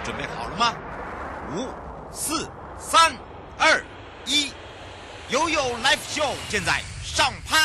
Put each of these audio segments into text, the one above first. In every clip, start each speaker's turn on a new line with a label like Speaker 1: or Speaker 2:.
Speaker 1: 准备好了吗？5、4、3、2、1，悠悠 Live Show 现在上拍。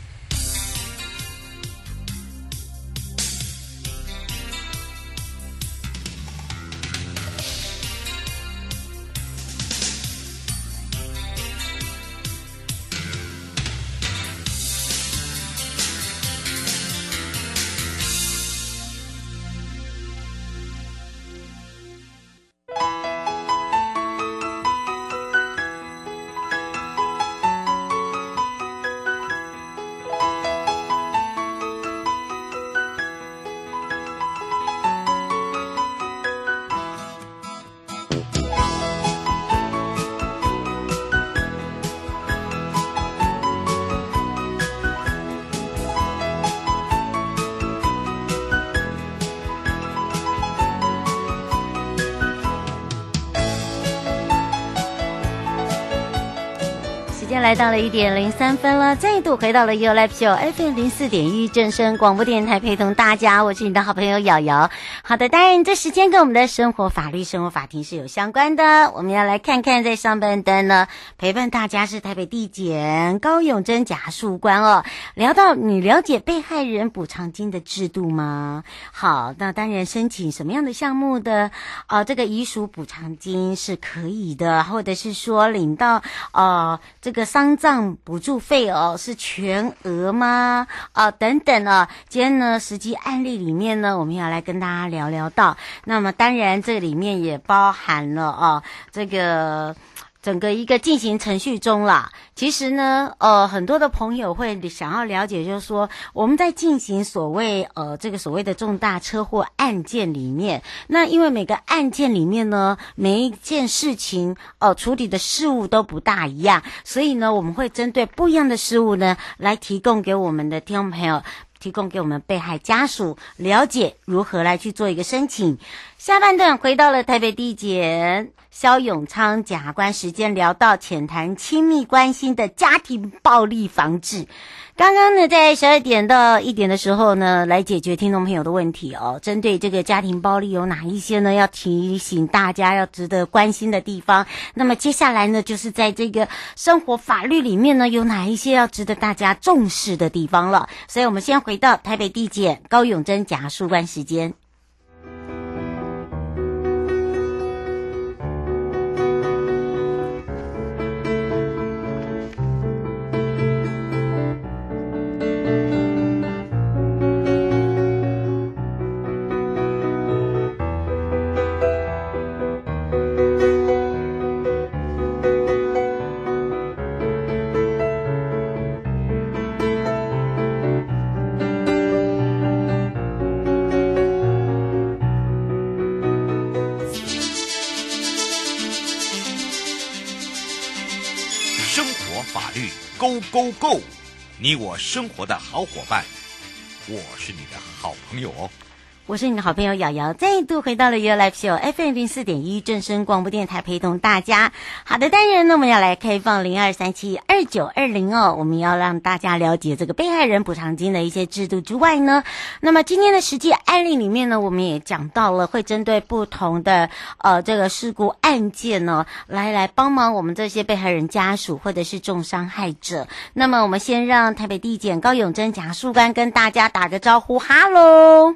Speaker 2: 来到了1:03了，再度回到了 You Live Show FM04.1正声广播电台，陪同大家，我是你的好朋友瑶瑶。好的，当然这时间跟我们的生活法律、生活法庭是有相关的。我们要来看看，在上半段呢，陪伴大家是台北地检高永贞检察官哦。聊到你了解被害人补偿金的制度吗？好，那当然申请什么样的项目的这个遗属补偿金是可以的，或者是说领到这个丧葬补助费是全额吗？等等今天呢实际案例里面呢，我们要来跟大家聊聊到，那么当然这里面也包含了这个整个一个进行程序中啦。其实呢很多的朋友会想要了解，就是说我们在进行这个所谓的重大车祸案件里面，那因为每个案件里面呢，每一件事情处理的事物都不大一样，所以呢我们会针对不一样的事物呢来提供给我们的听众朋友，提供给我们被害家属了解如何来去做一个申请。下半段回到了台北地检萧永昌检察官，时间聊到浅谈亲密关系的家庭暴力防治。刚刚呢在12点到1点的时候呢，来解决听众朋友的问题针对这个家庭暴力有哪一些呢要提醒大家要值得关心的地方，那么接下来呢就是在这个生活法律里面呢有哪一些要值得大家重视的地方了。所以我们先回到台北地检高永贞检察官时间。
Speaker 1: Go Go Go！ 你我生活的好伙伴，我是你的好朋友
Speaker 2: 我是你的好朋友瑶瑶，再度回到了 You Live Show FM04.1正声广播电台，陪同大家。好的，当然呢我们要来开放02372920我们要让大家了解这个被害人补偿金的一些制度之外呢，那么今天的实际案例里面呢，我们也讲到了会针对不同的这个事故案件呢，来帮忙我们这些被害人家属或者是重伤害者。那么我们先让台北地检高永贞检察官跟大家打个招呼。哈喽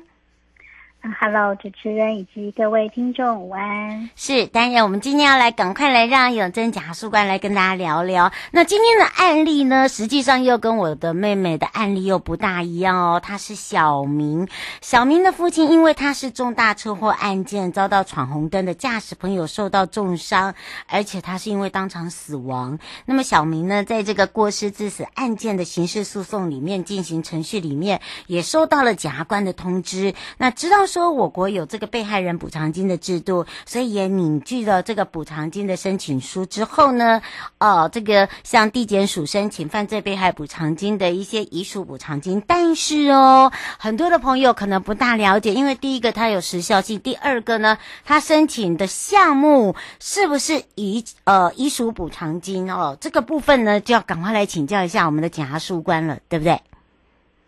Speaker 3: Hello， 主持人以及各位听众午安。
Speaker 2: 是，当然我们今天要来赶快来让永贞检察官来跟大家聊聊。那今天的案例呢，实际上又跟我的妹妹的案例又不大一样她是小明的父亲，因为他是重大车祸案件遭到闯红灯的驾驶朋友受到重伤，而且他是因为当场死亡。那么小明呢，在这个过失致死案件的刑事诉讼里面进行程序里面，也收到了检察官的通知，那知道说我国有这个被害人补偿金的制度，所以也拟具了这个补偿金的申请书之后呢，这个向地检署申请犯罪被害补偿金的一些遗属补偿金。但是很多的朋友可能不大了解，因为第一个它有时效性，第二个呢，它申请的项目是不是遗属补偿金这个部分呢，就要赶快来请教一下我们的检察官了，对不对？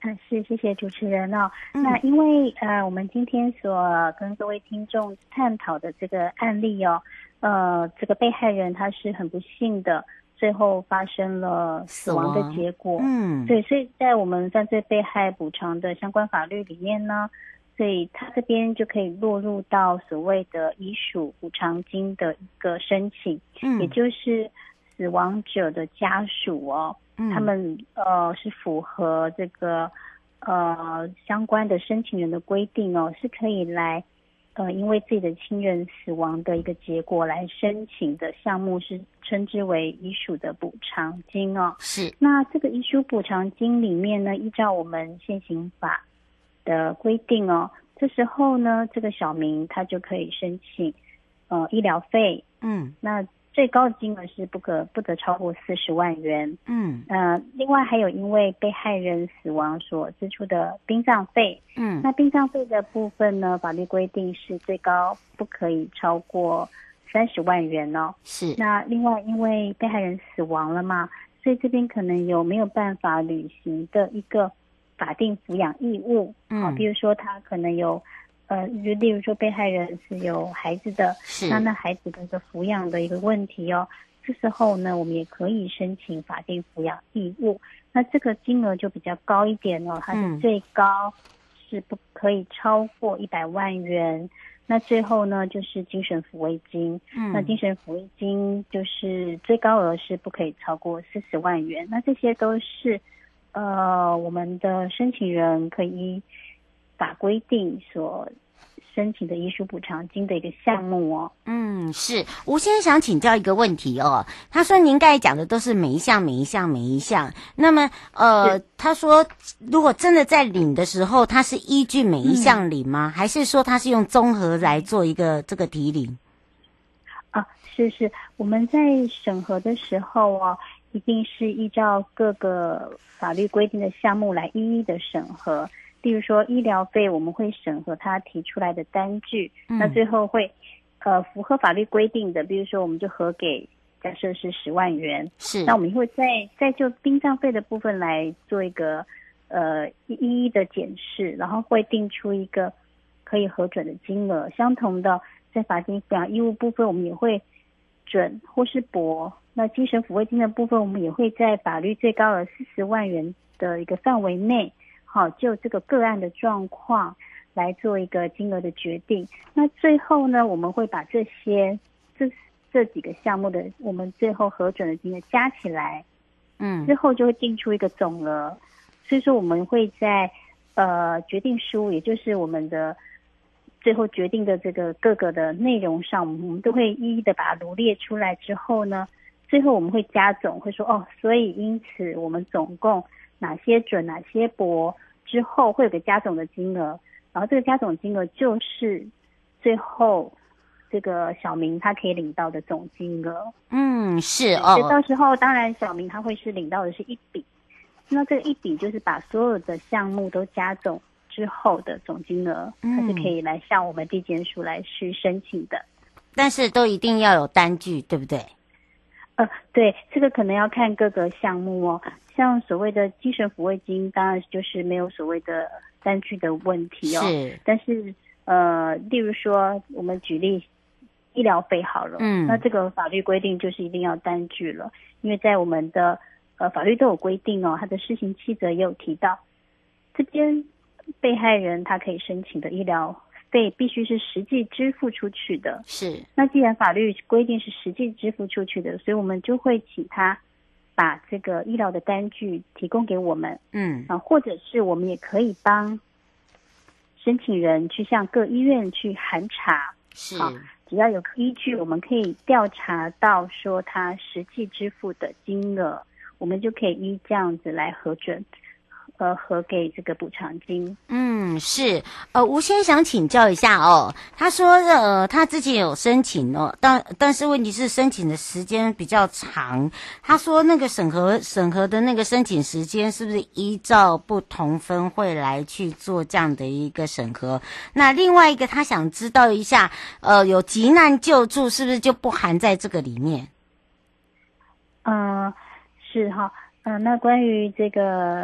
Speaker 3: 是，谢谢主持人哦。那因为我们今天所跟各位听众探讨的这个案例哦，这个被害人他是很不幸的，最后发生了死亡的结果。对，所以在我们犯罪被害补偿的相关法律里面呢，所以他这边就可以落入到所谓的遗属补偿金的一个申请，也就是死亡者的家属哦。他们是符合这个相关的申请人的规定哦，是可以来因为自己的亲人死亡的一个结果来申请的项目，是称之为遗属的补偿金哦。
Speaker 2: 是。那
Speaker 3: 这个遗属补偿金里面呢，依照我们现行法的规定哦，这时候呢，这个小民他就可以申请医疗费。那最高的金额是不得超过40万元。另外还有因为被害人死亡所支出的殡葬费。那殡葬费的部分呢，法律规定是最高不可以超过30万元哦。
Speaker 2: 是。
Speaker 3: 那另外因为被害人死亡了嘛，所以这边可能有没有办法履行的一个法定抚养义务。比如说他可能有就例如说被害人是有孩子的，那孩子的一个抚养的一个问题哦，这时候呢，我们也可以申请法定抚养义务。那这个金额就比较高一点哦，它是最高是不可以超过100万元。那最后呢，就是精神抚慰金。那精神抚慰金就是最高额是不可以超过40万元。那这些都是我们的申请人可以依法规定所申请的遗属补偿金的一个项目哦。
Speaker 2: 是。吴先生想请教一个问题哦，他说您刚才讲的都是每一项，那么他说如果真的在领的时候，他是依据每一项领吗？还是说他是用综合来做一个这个提领？
Speaker 3: 是，我们在审核的时候哦，一定是依照各个法律规定的项目来一一的审核。例如说医疗费，我们会审核他提出来的单据，那最后会符合法律规定的，比如说我们就核给假设是10万元，
Speaker 2: 是。
Speaker 3: 那我们会再就殡葬费的部分来做一个一一的检视，然后会定出一个可以核准的金额。相同的，在法定抚养义务部分，我们也会准或是驳。那精神抚慰金的部分，我们也会在法律最高额40万元的一个范围内，就这个个案的状况来做一个金额的决定。那最后呢，我们会把这几个项目的我们最后核准的金额加起来，之后就会定出一个总额。所以说我们会在决定书，也就是我们的最后决定的这个各个的内容上，我们都会一一的把它罗列出来之后呢，最后我们会加总，会说所以因此我们总共哪些准哪些驳，之后会有个加总的金额，然后这个加总金额就是最后这个小民他可以领到的总金额。
Speaker 2: 是
Speaker 3: 所以到时候当然小民他会是领到的是一笔，那这个一笔就是把所有的项目都加总之后的总金额，它是可以来向我们地检署来去申请的。
Speaker 2: 但是都一定要有单据，对不对？
Speaker 3: 对，这个可能要看各个项目哦。像所谓的精神抚慰金，当然就是没有所谓的单据的问题哦。是。但是例如说我们举例医疗费好了，那这个法律规定就是一定要单据了，因为在我们的法律都有规定哦，它的施行细则也有提到，这边被害人他可以申请的医疗费必须是实际支付出去的。
Speaker 2: 是。
Speaker 3: 那既然法律规定是实际支付出去的，所以我们就会请他把这个医疗的单据提供给我们。或者是我们也可以帮申请人去向各医院去函查。
Speaker 2: 是。
Speaker 3: 只要有依据，我们可以调查到说他实际支付的金额，我们就可以依这样子来核准核给这个补偿金。
Speaker 2: 是。吴先想请教一下哦，他说他之前有申请哦，但是问题是申请的时间比较长。他说那个审核的那个申请时间是不是依照不同分会来去做这样的一个审核？那另外一个他想知道一下，有急难救助是不是就不含在这个里面？
Speaker 3: 是哈。那关于这个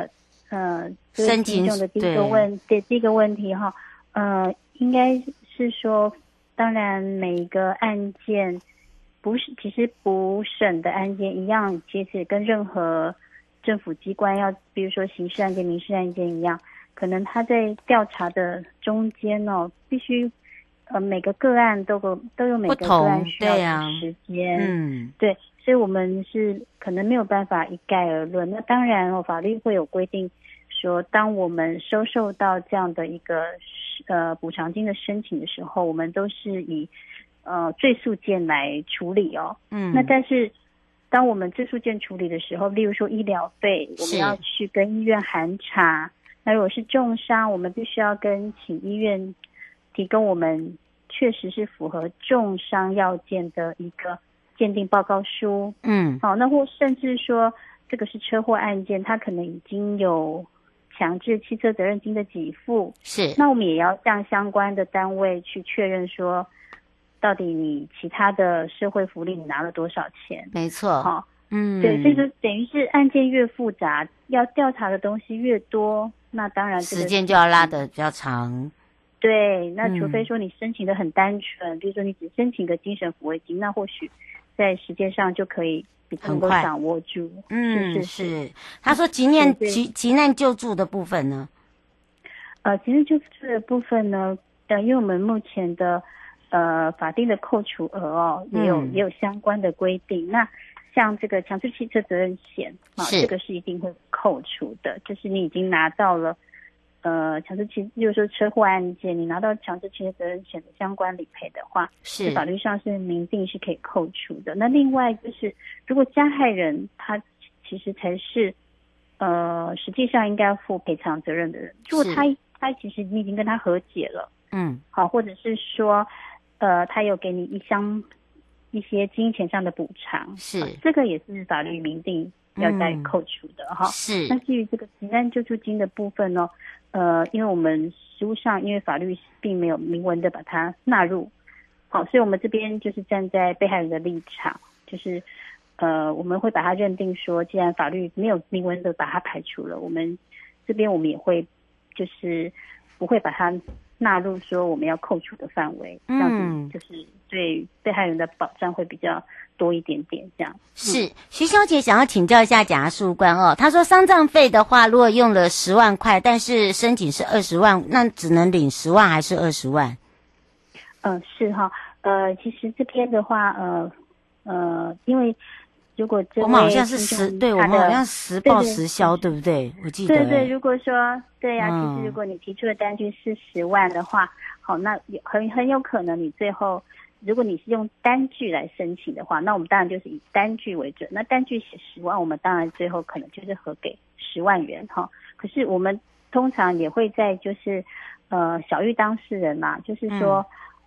Speaker 3: 这位听众的第一个问题哈，应该是说，当然每一个案件其实补审的案件一样，其实跟任何政府机关比如说刑事案件、民事案件一样，可能他在调查的中间必须每个个案都有每个个案需要的时间，对，所以我们是可能没有办法一概而论。那当然法律会有规定说，当我们收受到这样的一个补偿金的申请的时候，我们都是以追诉件来处理那但是当我们追诉件处理的时候，例如说医疗费，我们要去跟医院函查。那如果是重伤，我们必须要请医院提供我们确实是符合重伤要件的一个鉴定报告书。那或甚至说这个是车祸案件，它可能已经有强制汽车责任金的给付，是，那我们也要向相关的单位去确认说，到底你其他的社会福利你拿了多少钱？没错，对，所以说等于是案件越复杂，要调查的东西越多，那当然时间就要拉得比较长。对，那除非说你申请的很单纯，比如说你只申请个精神抚慰金，那或许在时间上就可以比较能够掌握住。是。他说急难救助的部分呢？急难救助的部分呢，因为我们目前的法定的扣除额也有相关的规定。那像这个强制汽车责任险这个是一定会扣除的，就是你已经拿到了强制就是说车祸案件，你拿到强制汽车责任险的相关理赔的话，是法律上是明定是可以扣除的。那另外就是，如果加害人他其实才是实际上应该负赔偿责任的人，如果他其实你已经跟他和解了，好，或者是说他有给你一些金钱上的补偿，是这个也是法律明定要再扣除的哈。是。那至于这个急难救助金的部分呢，因为我们实务上因为法律并没有明文的把它纳入，好，所以我们这边就是站在被害人的立场，就是我们会把它认定说，既然法律没有明文的把它排除了，我们这边我们也会就是不会把它纳入说我们要扣除的范围，这样子就是对被害人的保障会比较多一点点这样。是，徐小姐想要请教一下检察事务官她说丧葬费的话，如果用了10万块，但是申请是20万，那只能领10万还是20万？是哈，其实这边的话，因为如果我们好像是对，我们好像实报实销，对不对？我记得。对，如果说对呀，其实如果你提出的单据是10万的话，好，那很有可能你最后，如果你是用单据来申请的话，那我们当然就是以单据为准。那单据写10万，我们当然最后可能就是核给10万元哈。可是我们通常也会在就是小玉当事人嘛，就是说。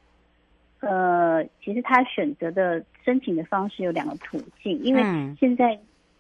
Speaker 3: 其实他选择的申请的方式有2个途径，因为现在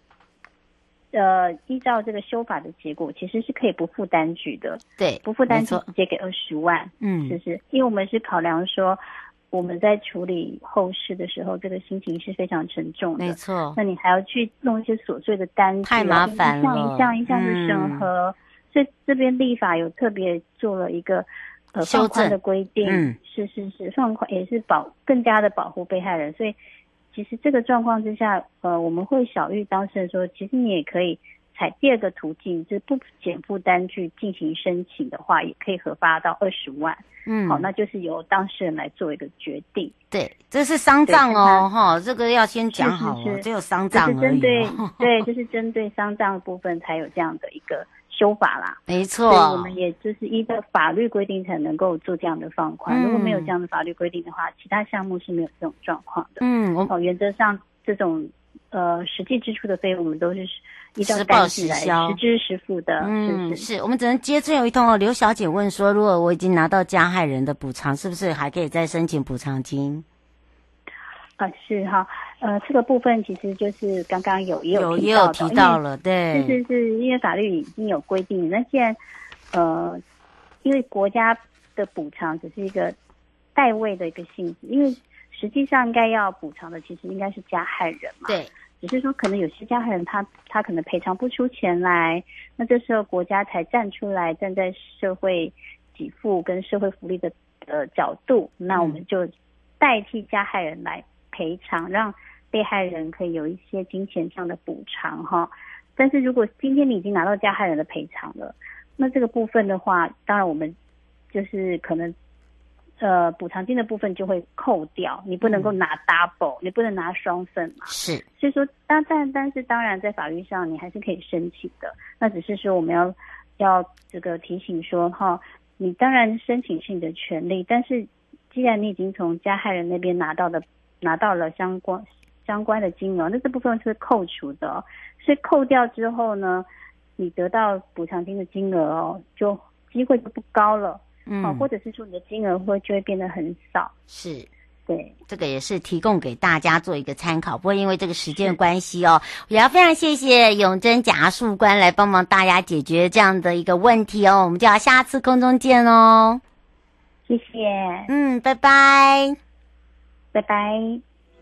Speaker 3: 依照这个修法的结果，其实是可以不附单据的，对，不附单据直接给20万，是不是？因为我们是考量说我们在处理后事的时候，这个心情是非常沉重的，没错。那你还要去弄一些琐碎的单据，太麻烦了，一项的审核，所以这边立法有特别做了一个。放宽的规定，是放宽也是更加的保护被害人，所以其实这个状况之下，我们会小玉当事人说，其实你也可以采第2个途径，就是不减负单据进行申请的话，也可以核发到20万。好，那就是由当事人来做一个决定。对，这是丧葬哈，这个要先讲好只有丧葬而已。对，就是针对丧葬部分才有这样的一个。修法啦，没错，所以我们也就是依照法律规定才能够做这样的放宽。如果没有这样的法律规定的话，其他项目是没有这种状况的。原则上这种实际支出的费用，我们都是依照单据来实支实付的。是我们只能接最后一通刘小姐问说，如果我已经拿到加害人的补偿，是不是还可以再申请补偿金？是哈，这个部分其实就是刚刚也有提到了，对，是因为法律已经有规定，那既然因为国家的补偿只是一个代位的一个性质，因为实际上应该要补偿的其实应该是加害人嘛，对， 只是说可能有些加害人他可能赔偿不出钱来，那这时候国家才站出来，站在社会给付跟社会福利的角度，那我们就代替加害人来赔偿，让被害人可以有一些金钱上的补偿哈。但是如果今天你已经拿到加害人的赔偿了，那这个部分的话，当然我们就是可能补偿金的部分就会扣掉，你不能够拿 double，你不能拿双份嘛。
Speaker 2: 是，
Speaker 3: 所以说但是当然在法律上你还是可以申请的，那只是说我们要这个提醒说哈，你当然申请是你的权利，但是既然你已经从加害人那边拿到了相关的金额，那这部分是扣除的哦，所以扣掉之后呢，你得到补偿金的金额就机会就不高了。或者是说你的金额就会变得很少。是，对，
Speaker 2: 这个也是提供给大家做一个参考。不过因为这个时间的关系也要非常谢谢永贞检察事务官来帮忙大家解决这样的一个问题我们就要下次空中见
Speaker 3: 谢谢。
Speaker 2: 拜拜，
Speaker 3: 拜拜。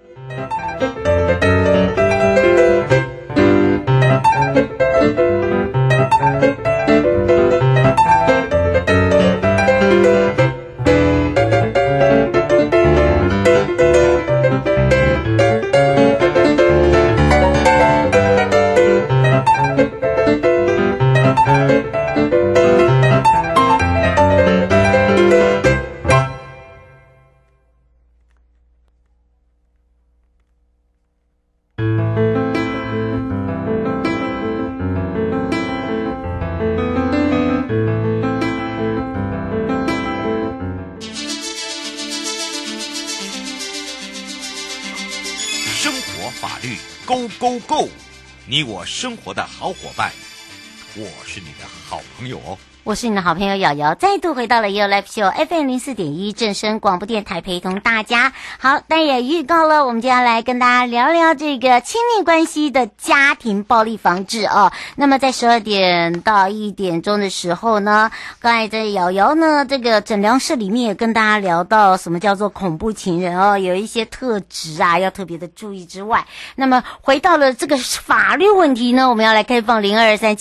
Speaker 1: Go Go Go！ 你我生活的好伙伴，我是你的好朋友
Speaker 2: 我是你的好朋友瑶瑶，再度回到了 You Live Show FM 04.1正声广播电台，陪同大家。好，但也预告了，我们接下来跟大家聊聊这个亲密关系的家庭暴力防治那么在12点到1点钟的时候呢，刚才在瑶瑶呢这个诊疗室里面也跟大家聊到什么叫做恐怖情人有一些特质要特别的注意之外，那么回到了这个法律问题呢，我们要来开放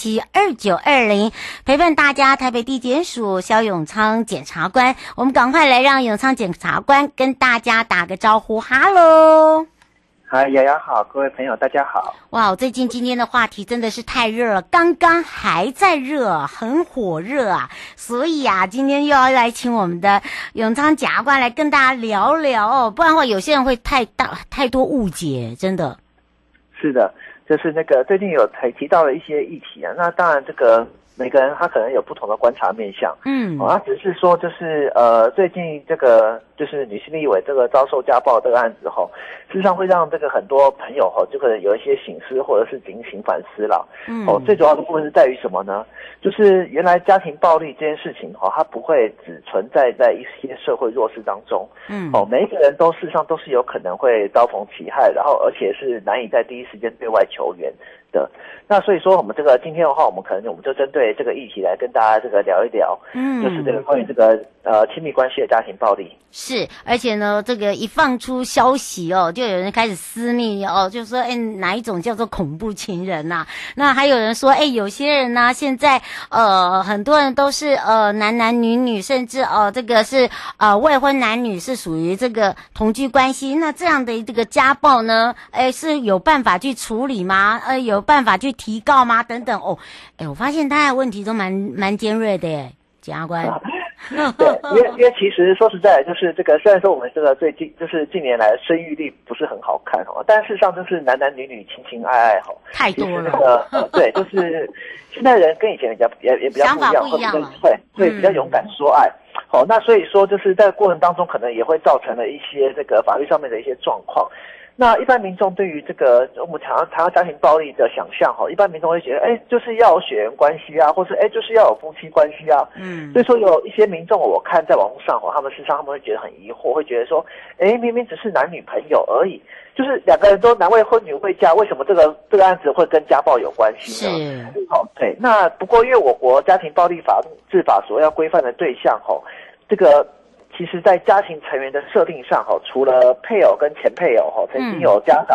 Speaker 2: 02372920陪伴大家。台北地检署萧永昌检察官，我们赶快来让永昌检察官跟大家打个招呼。哈喽，
Speaker 4: 嗨，瑶瑶好，各位朋友大家好。
Speaker 2: 哇，最近今天的话题真的是太热了，刚刚还在热，很火热所以今天又要来请我们的永昌检察官来跟大家聊聊不然的话有些人会太多误解，真的。
Speaker 4: 是的，就是那个最近有提到了一些议题那当然这个每个人他可能有不同的观察面向，他只是说就是最近这个就是女性立委这个遭受家暴这个案子事实上会让这个很多朋友就可能有一些省思或者是警醒反思了。最主要的部分是在于什么呢？就是原来家庭暴力这件事情它不会只存在在一些社会弱势当中，每一个人事实上都是有可能会遭逢其害，然后而且是难以在第一时间对外求援的。那所以说我们这个今天的话，我们就针对这个议题来跟大家这个聊一聊，就是这个关于这个亲密关系的家庭暴力。
Speaker 2: 是，而且呢，这个一放出消息就有人开始私密就说哪一种叫做恐怖情人那还有人说有些人现在很多人都是男女，甚至这个是未婚男女是属于这个同居关系，那这样的这个家暴呢是有办法去处理吗？有办法去提告吗？等等我发现大家的问题都蛮尖锐的耶，检察官。
Speaker 4: 对，因为其实说实在，就是这个虽然说我们这个最近就是近年来生育率不是很好看但事实上就是男女情情爱
Speaker 2: 太多了。
Speaker 4: 对，就是现在人跟以前也比较不一样，会比较勇敢说爱。那所以说就是在过程当中可能也会造成了一些这个法律上面的一些状况。那一般民众对于这个我们谈到家庭暴力的想象一般民众会觉得就是要有血缘关系或是就是要有夫妻关系所以说有一些民众我看在网络上他们事实上他们会觉得很疑惑，会觉得说明明只是男女朋友而已，就是两个人都男未婚女未嫁，为什么这个案子会跟家暴有关系呢？是对。那不过因为我国家庭暴力治法所要规范的对象这个其实在家庭成员的设定上除了配偶跟前配偶曾经有家长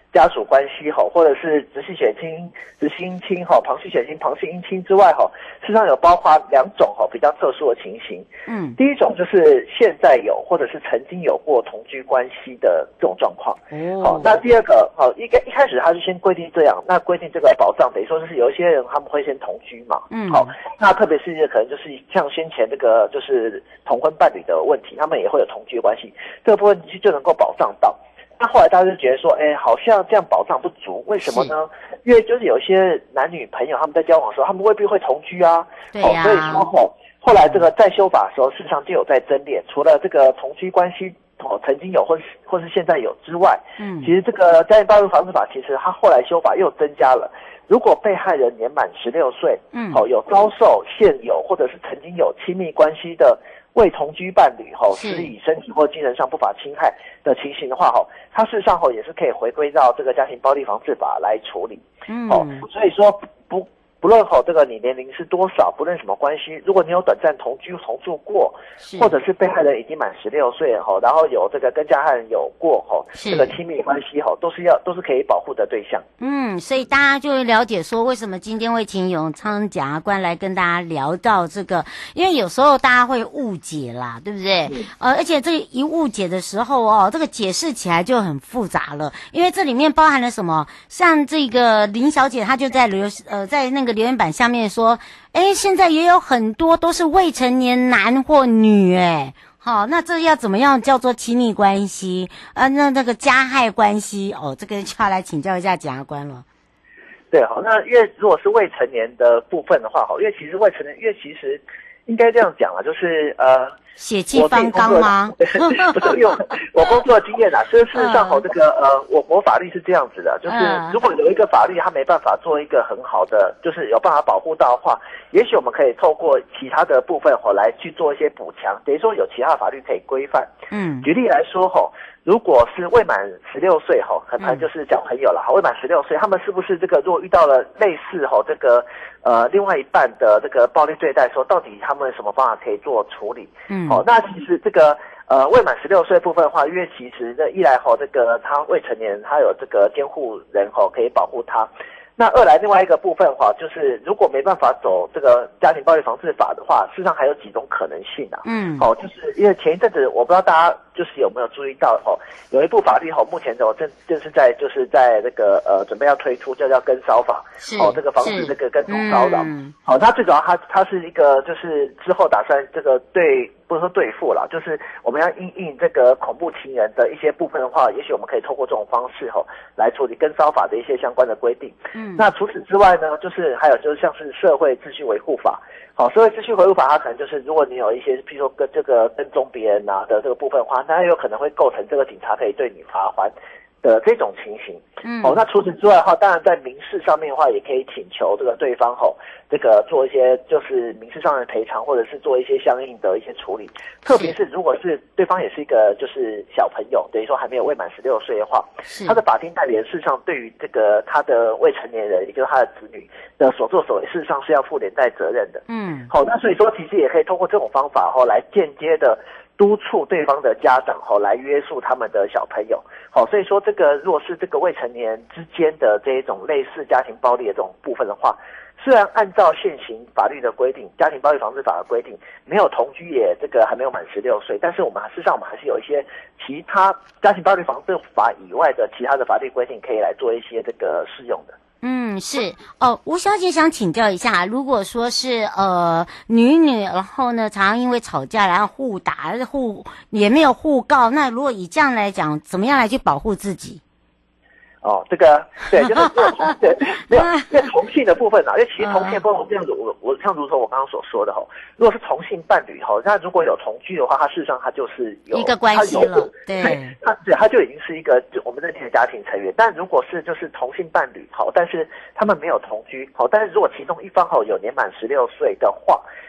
Speaker 4: 家属关系或者是直系血亲、直系姻亲旁系血亲、旁系姻亲之外事实上有包括2种比较特殊的情形。第一种就是现在有或者是曾经有过同居关系的这种状况。那第二个一开始他是先规定这样，那规定这个保障等于说就是有一些人他们会先同居嘛。那特别是可能就是像先前这个就是同婚伴侣的问题，他们也会有同居关系，这个部分就能够保障到。那后来大家就觉得说，好像这样保障不足，为什么呢？因为就是有一些男女朋友他们在交往的时候，他们未必会同居啊。
Speaker 2: 对呀。
Speaker 4: 所以说后来这个在修法的时候，事实上就有在增列，除了这个同居关系曾经有或是现在有之外，其实这个家庭暴力防治法其实它后来修法又增加了，如果被害人年满16岁，有遭受现有或者是曾经有亲密关系的未同居伴侣施以身体或精神上不法侵害的情形的话它事实上也是可以回归到这个家庭暴力防治法来处理。所以说不论这个你年龄是多少，不论什么关系，如果你有短暂同居同住过，或者是被害人已经满16岁然后有这个跟加害人有过这个亲密关系都是可以保护的对象。
Speaker 2: 所以大家就会了解说为什么今天会请永昌检察官来跟大家聊到这个，因为有时候大家会误解啦，对不对？而且这一误解的时候这个解释起来就很复杂了，因为这里面包含了什么？像这个林小姐她就在在那个留言板下面说，现在也有很多都是未成年男或女那这要怎么样叫做亲密关系那个加害关系这个就要来请教一下检察官了。
Speaker 4: 对那因为如果是未成年的部分的话因为其实未成年，因为其实应该这样讲就是
Speaker 2: 血气方刚吗？
Speaker 4: 不是，因为我工作的经验事实上这个我国法律是这样子的，就是如果有一个法律它没办法做一个很好的，就是有办法保护到的话，也许我们可以透过其他的部分来去做一些补强，等于说有其他的法律可以规范。举例来说如果是未满16岁可能就是小朋友了未满16岁，他们是不是这个如果遇到了类似这个另外一半的这个暴力对待的时候，到底他们什么方法可以做处理？那其实这个未满16岁部分的话，因为其实一来这个他未成年，他有这个监护人可以保护他。那二来另外一个部分的话，就是如果没办法走这个家庭暴力防治法的话，事实上还有几种可能性就是因为前一阵子我不知道大家就是有没有注意到有一部法律目前正是在这个准备要推出，叫跟骚法这个防止这个跟踪骚扰。它最主要它是一个就是之后打算这个不是说对付啦，就是我们要因应这个恐怖情人的一些部分的话，也许我们可以透过这种方式来处理跟骚法的一些相关的规定。那除此之外呢，就是还有就是像是社会秩序维护法。社会秩序维护法它可能就是如果你有一些譬如说跟踪别人的这个部分的话，那有可能会构成这个警察可以对你罚锾的这种情形。那除此之外的话，当然在民事上面的话，也可以请求这个对方这个做一些就是民事上的赔偿，或者是做一些相应的一些处理。特别是如果是对方也是一个就是小朋友，等于说还没有未满16岁的话，他的法定代理人事实上对于这个他的未成年人，也就是他的子女的所作所为，事实上是要负连带责任的。那所以说其实也可以通过这种方法来间接的督促对方的家长来约束他们的小朋友。所以说这个如果是这个未成年之间的这一种类似家庭暴力的这种部分的话，虽然按照现行法律的规定，家庭暴力防治法的规定，没有同居也这个还没有满16岁，但是事实上我们还是有一些其他家庭暴力防治法以外的其他的法律规定可以来做一些这个适用的。
Speaker 2: 是吴小姐想请教一下，如果说是女然后呢常常因为吵架然后互打也没有互告，那如果以这样来讲，怎么样来去保护自己？
Speaker 4: 这个对，就是没有，因为同性的部分因为其实同性的部分这样子，我像如同我刚刚所说的如果是同性伴侣那如果有同居的话，它事实上它就是有
Speaker 2: 一个关系了，对，
Speaker 4: 它就已经是一个我们认定的家庭成员。但如果是就是同性伴侣但是他们没有同居但是如果其中一方有年满16岁的话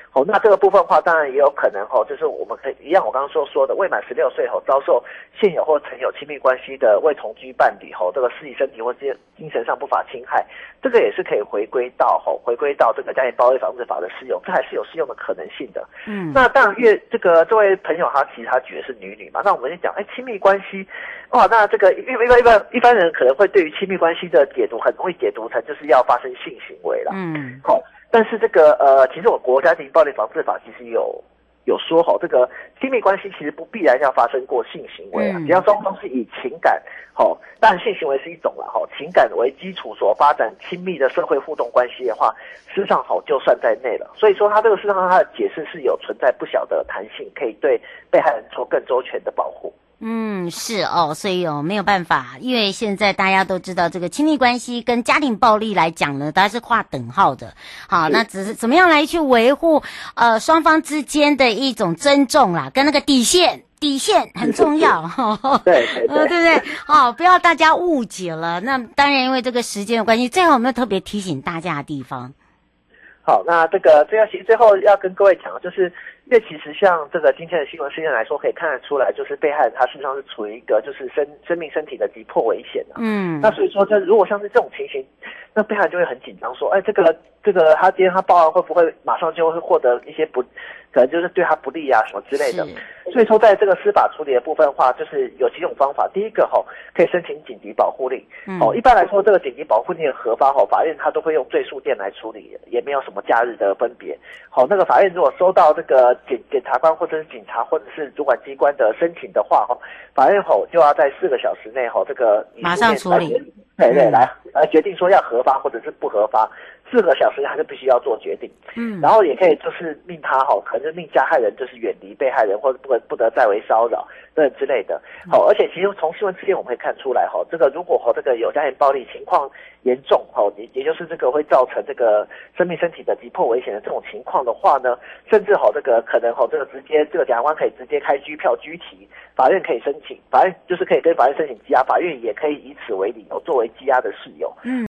Speaker 4: 那这个部分的话，当然也有可能就是我们可以一样，我刚刚说的未满16岁遭受现有或曾有亲密关系的未同居伴侣这个实体身体或精神上不法侵害，这个也是可以回归到这个家庭暴力防治法的适用，这还是有适用的可能性的。那当然这位朋友其实他举的是女嘛，那我们就讲亲密关系，那这个一般人可能会对于亲密关系的解读很容易解读成就是要发生性行为啦。但是这个其实我国家庭暴力防治法其实有说这个亲密关系其实不必然要发生过性行为只要双方是以情感当然性行为是一种啦情感为基础所发展亲密的社会互动关系的话，事实上就算在内了。所以说他这个事实上他的解释是有存在不小的弹性，可以对被害人做更周全的保护。
Speaker 2: 是所以没有办法，因为现在大家都知道这个亲密关系跟家庭暴力来讲呢，它是划等号的。好，那只是怎么样来去维护双方之间的一种尊重啦，跟那个底线很重要。
Speaker 4: 对对
Speaker 2: 不对？不要大家误解了。那当然因为这个时间的关系，最后有没有特别提醒大家的地方？
Speaker 4: 好，那这个其实最后要跟各位讲的就是，因为其实像这个今天的新闻事件来说，可以看得出来，就是被害人他事实上是处于一个就是生命身体的急迫危险那所以说，如果像是这种情形，那被害人就会很紧张，说，这个他今天他报案会不会马上就会获得一些可能就是对他不利什么之类的。所以说，在这个司法处理的部分的话，就是有几种方法。第一个可以申请紧急保护令。一般来说，这个紧急保护令的核发法院他都会用最速电来处理，也没有什么假日的分别。那个法院如果收到这个检察官或者是警察或者是主管机关的申请的话，法院就要在4个小时内这个
Speaker 2: 马上处理。
Speaker 4: 对，来决定说要核发或者是不核发，4个小时他就必须要做决定。然后也可以就是命他可能就命加害人就是远离被害人，或者不得再为骚扰等之类的。而且其实从新闻事件我们可以看出来这个如果这个有家庭暴力情况严重也就是这个会造成这个生命身体的急迫危险的这种情况的话呢，甚至这个可能这个直接这个检察官可以直接开拘票拘提，法院可以申请，法院就是可以跟法院申请羁押，法院也可以以此为理由作为羁押的事由。